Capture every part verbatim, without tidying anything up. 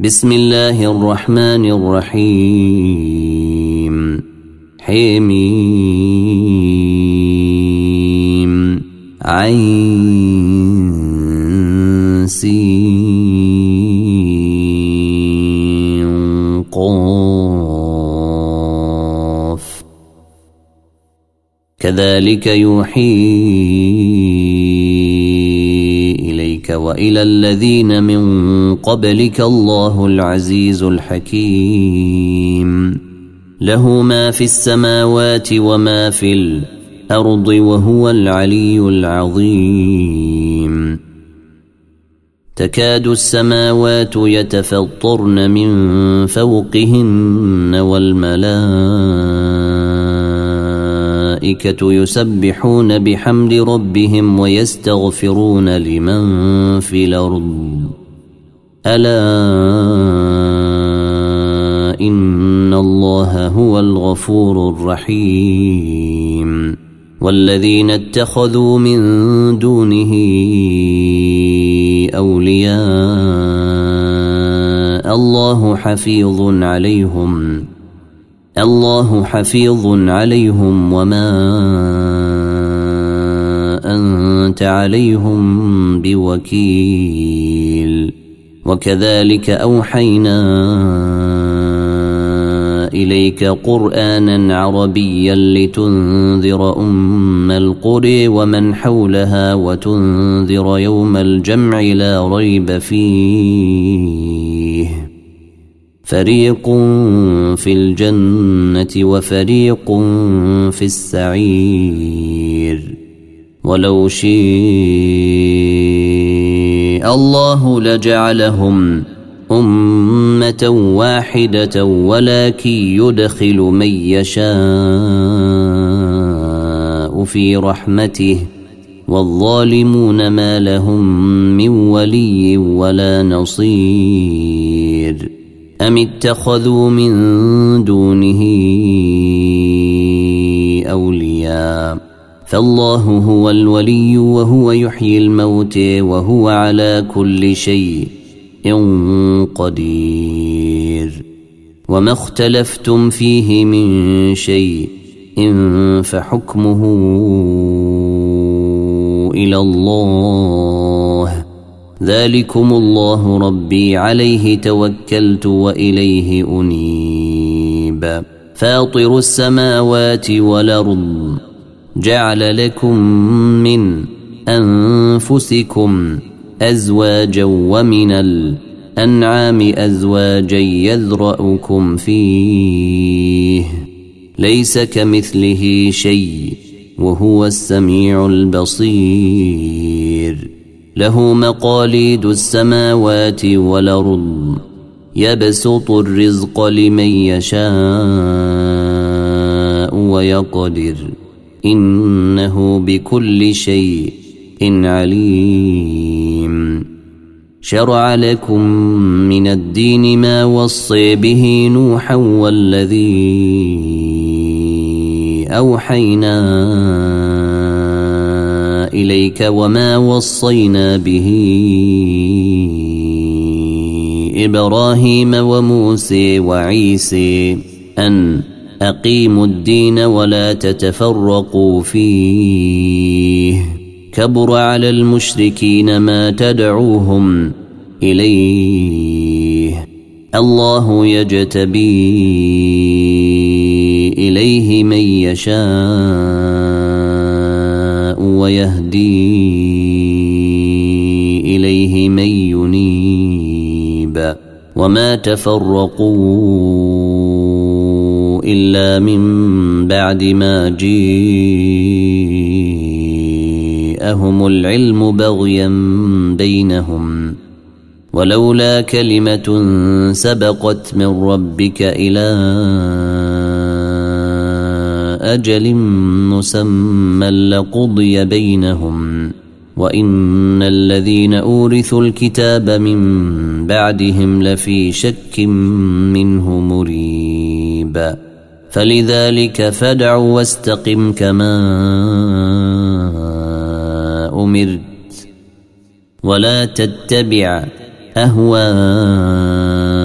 بسم الله الرحمن الرحيم حميم عين سين قاف كذلك يوحي إليك وإلى الذين من قبلك الله العزيز الحكيم له ما في السماوات وما في الأرض وهو العلي العظيم تكاد السماوات يتفطرن من فوقهن والملائكة يسبحون بحمد ربهم ويستغفرون لمن في الأرض ألا إن الله هو الغفور الرحيم والذين اتخذوا من دونه أولياء الله حفيظ عليهم الله حفيظ عليهم وما أنت عليهم بوكيل وكذلك أوحينا إليك قرآنا عربيا لتنذر أم القرى ومن حولها وتنذر يوم الجمع لا ريب فيه فريق في الجنة وفريق في السعير ولو شاء الله لجعلهم أمة واحدة ولكن يدخل من يشاء في رحمته والظالمون ما لهم من ولي ولا نصير أم اتخذوا من دونه أولياء فالله هو الولي وهو يحيي الموت وهو على كل شيء قدير وما اختلفتم فيه من شيء فحكمه إلى الله ذلكم الله ربي عليه توكلت وإليه أنيب فاطر السماوات والأرض جعل لكم من أنفسكم أزواجا ومن الأنعام أزواجا يذرأكم فيه ليس كمثله شيء وهو السميع البصير له مقاليد السماوات والأرض يبسط الرزق لمن يشاء ويقدر إنه بكل شيء عليم شرع لكم من الدين ما وصي به نوحا والذي أوحينا إليك وما وصينا به إبراهيم وموسى وعيسى أن أقيموا الدين ولا تتفرقوا فيه كبر على المشركين ما تدعوهم إليه الله يجتبي إليه من يشاء ويهدي إليه من ينيب وما تفرقوا إلا من بعد ما جاءهم العلم بغيا بينهم ولولا كلمة سبقت من ربك إلى أجل مسمى لقضي بينهم وإن الذين أورثوا الكتاب من بعدهم لفي شك منه مريب فلذلك فادع واستقم كما أمرت، ولا تتبع أهواءهم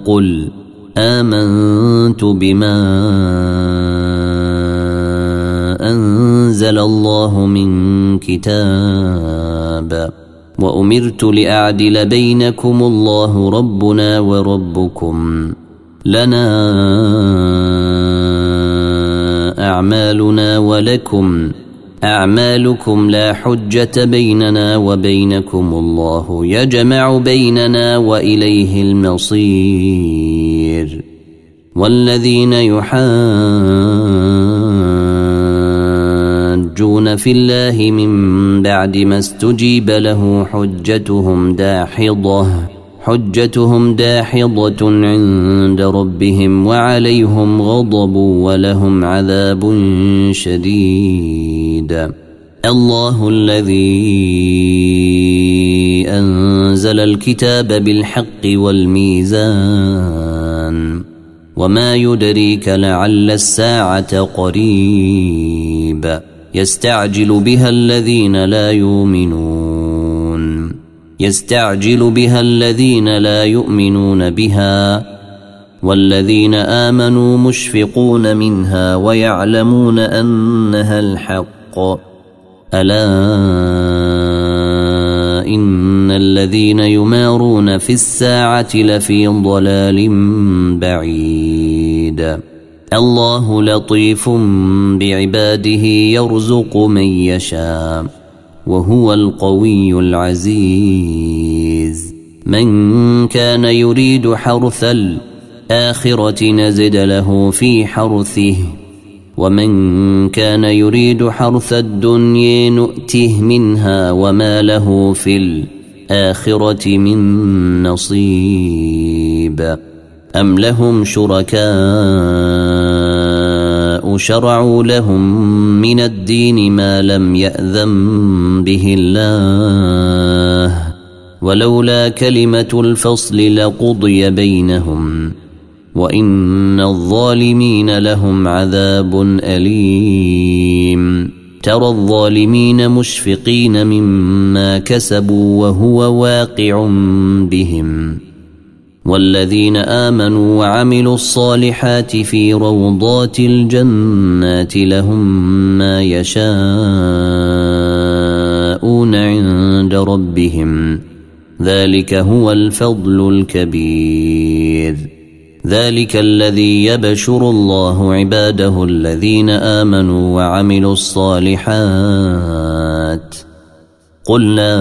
قل آمنت بما أنزل الله من كتاب وأمرت لأعدل بينكم الله ربنا وربكم لنا أعمالنا ولكم أعمالكم لا حجة بيننا وبينكم الله يجمع بيننا وإليه المصير. والذين يحاجون في الله من بعد ما استجيب له حجتهم داحضة حجتهم داحضة عند ربهم وعليهم غضب ولهم عذاب شديد. الله الذي أنزل الكتاب بالحق والميزان وما يدريك لعل الساعة قريب يستعجل بها الذين لا يؤمنون يستعجل بها الذين لا يؤمنون بها والذين آمنوا مشفقون منها ويعلمون أنها الحق. ألا إن الذين يمارون في الساعة لفي ضلال بعيد. الله لطيف بعباده يرزق من يشاء وهو القوي العزيز. من كان يريد حرث الآخرة نزد له في حرثه ومن كان يريد حرث الدنيا نؤته منها وما له في الآخرة من نصيب. أم لهم شركاء شرعوا لهم من الدين ما لم يأذن به الله ولولا كلمة الفصل لقضي بينهم وإن الظالمين لهم عذاب أليم. ترى الظالمين مشفقين مما كسبوا وهو واقع بهم والذين آمنوا وعملوا الصالحات في روضات الجنات لهم ما يشاءون عند ربهم ذلك هو الفضل الكبير. ذلك الذي يبشر الله عباده الذين آمنوا وعملوا الصالحات. قل لا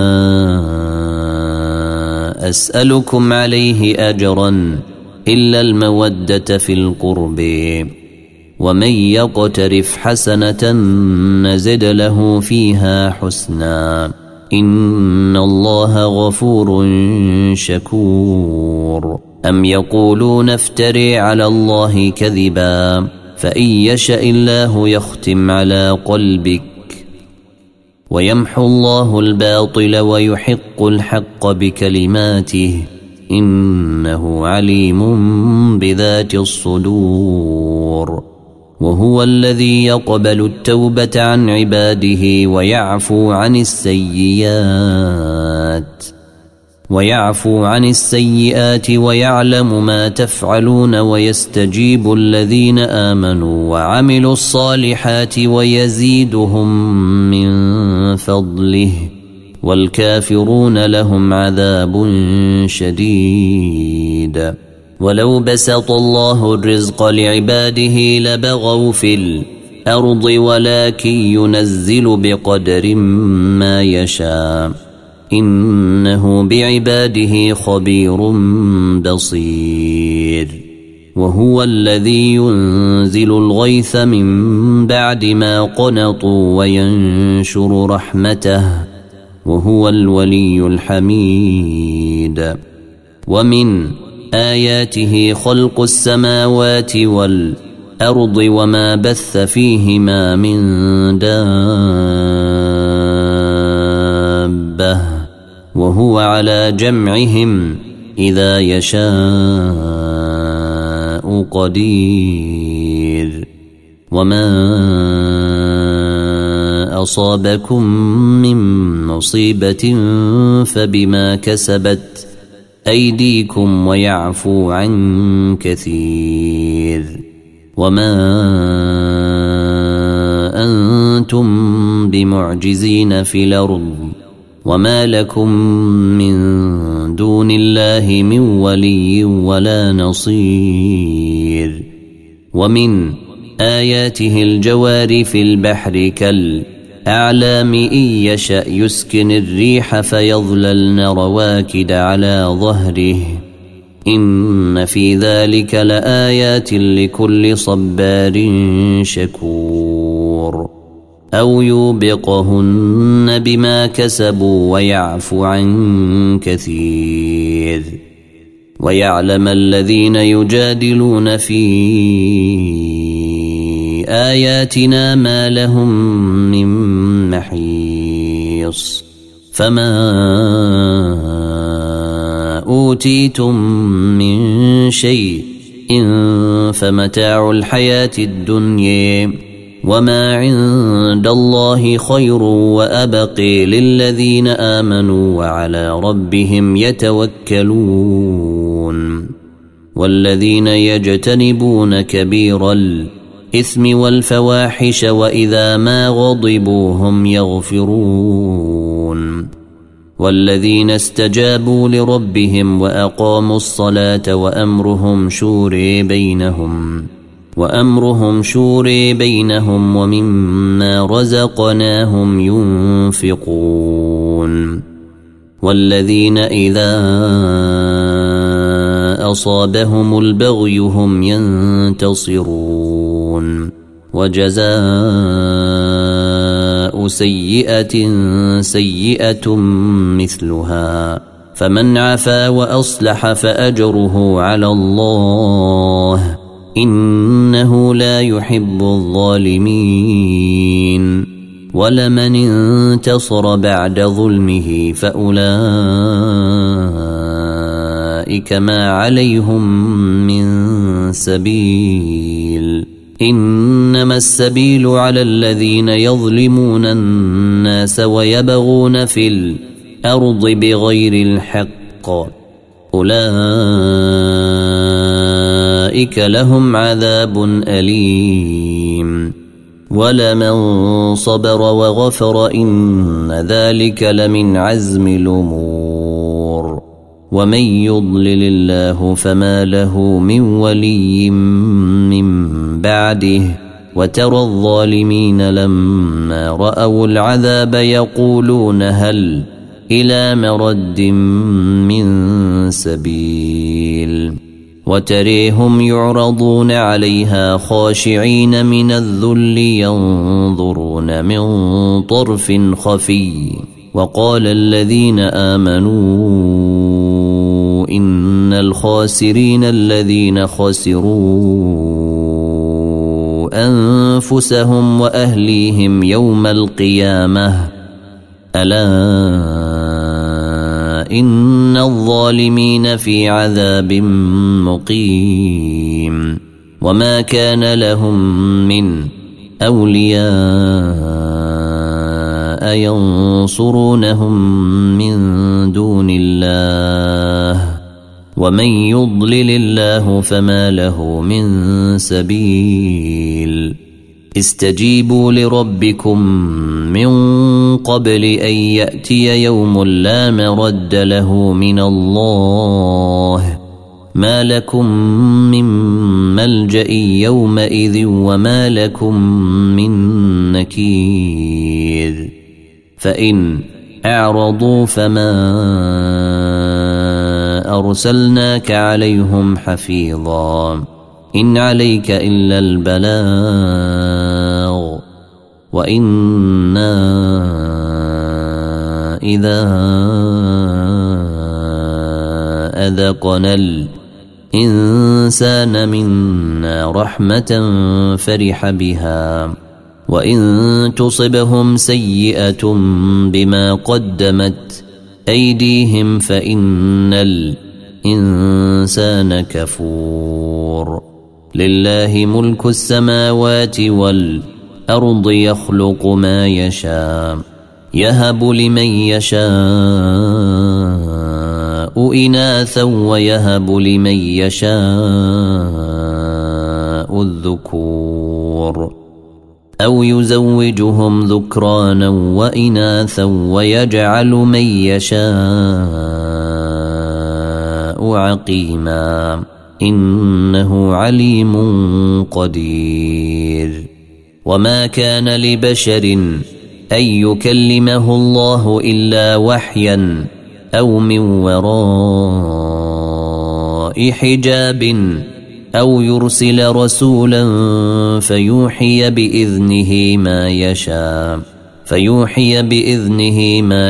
أسألكم عليه أجرا إلا المودة في القرب ومن يقترف حسنة نزد له فيها حسنا إن الله غفور شكور. أم يقولون افتري على الله كذبا فإن يشاء الله يختم على قلبك ويمحو الله الباطل ويحق الحق بكلماته إنه عليم بذات الصدور. وهو الذي يقبل التوبة عن عباده ويعفو عن السيئات ويعفو عن السيئات ويعلم ما تفعلون ويستجيب الذين آمنوا وعملوا الصالحات ويزيدهم من فضله والكافرون لهم عذاب شديد. ولو بسط الله الرزق لعباده لبغوا في الأرض ولكن ينزل بقدر ما يشاء إنه بعباده خبير بصير. وهو الذي ينزل الغيث من بعد ما قنطوا وينشر رحمته وهو الولي الحميد. ومن آياته خلق السماوات والأرض وما بث فيهما من دابة وهو على جمعهم إذا يشاء قدير. وما أصابكم من مصيبة فبما كسبت أيديكم ويعفو عن كثير وما أنتم بمعجزين في الأرض وما لكم من دون الله من ولي ولا نصير ومن آياته الجوار في البحر كالأعلام إن يشأ يسكن الريح فيظللن رواكد على ظهره إن في ذلك لآيات لكل صبار شكور أو يوبقهن بما كسبوا ويعفو عن كثير ويعلم الذين يجادلون في آياتنا ما لهم من محيص فما أوتيتم من شيء إن فمتاع الحياة الدنيا وما عند الله خير وأبقي للذين آمنوا وعلى ربهم يتوكلون والذين يجتنبون كبير الإثم والفواحش وإذا ما غضبوا هم يغفرون والذين استجابوا لربهم وأقاموا الصلاة وأمرهم شورى بينهم وأمرهم شورى بينهم ومما رزقناهم ينفقون والذين إذا أصابهم البغي هم ينتصرون وجزاء سيئة سيئة مثلها فمن عفا وأصلح فأجره على الله إنه لا يحب الظالمين ولمن انتصر بعد ظلمه فأولئك ما عليهم من سبيل إنما السبيل على الذين يظلمون الناس ويبغون في الأرض بغير الحق أولئك لهم عذاب أليم ولمن صبر وغفر إن ذلك لمن عزم الأمور ومن يضلل الله فما له من ولي من بعده وترى الظالمين لما رأوا العذاب يقولون هل إلى مرد من سبيل وتريهم يعرضون عليها خاشعين من الذل ينظرون من طرف خفي وقال الذين آمنوا إن الخاسرين الذين خسروا أنفسهم وأهليهم يوم القيامة ألا إن الظالمين في عذاب مقيم وما كان لهم من أولياء ينصرونهم من دون الله ومن يضلل الله فما له من سبيل استجيبوا لربكم من قبل أن يأتي يوم لا مرد له من الله ما لكم من ملجأ يومئذ وما لكم من نكير فإن أعرضوا فما أرسلناك عليهم حفيظا إن عليك إلا البلاغ وإنا إذا أذقنا الإنسان منا رحمة فرح بها وإن تصبهم سيئة بما قدمت أيديهم فإن الإنسان كفور لله ملك السماوات والأرض يخلق ما يشاء يهب لمن يشاء إناثا ويهب لمن يشاء الذكور أو يزوجهم ذكرانا وإناثا ويجعل من يشاء عقيما إنه عليم قدير. وما كان لبشر أن يكلمه الله إلا وحيا أو من وراء حجاب أو يرسل رسولا فيوحي بإذنه ما يشاء فيوحي بإذنه ما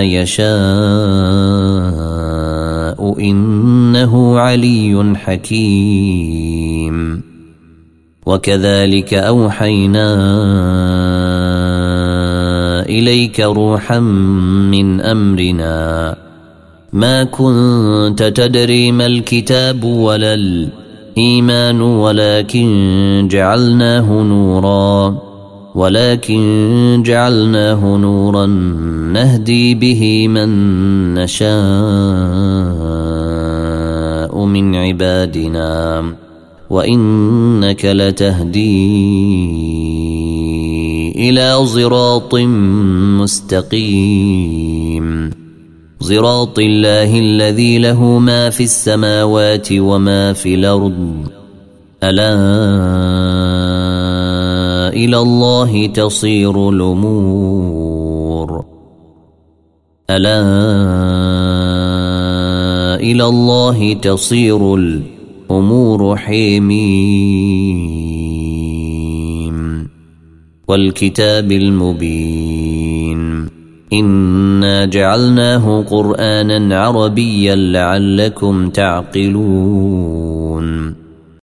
يشاء إنه علي حكيم. وكذلك أوحينا إليك روحا من أمرنا ما كنت تدري ما الكتاب ولا الإيمان ولكن جعلناه نورا ولكن جعلناه نورا نهدي به من نشاء من عبادنا وإنك لتهدي إلى صراط مستقيم صراط الله الذي له ما في السماوات وما في الأرض ألا إلى الله تصير الأمور ألا إلى الله تصير الأمور حميم. والكتاب المبين إنا جعلناه قرآنا عربيا لعلكم تعقلون.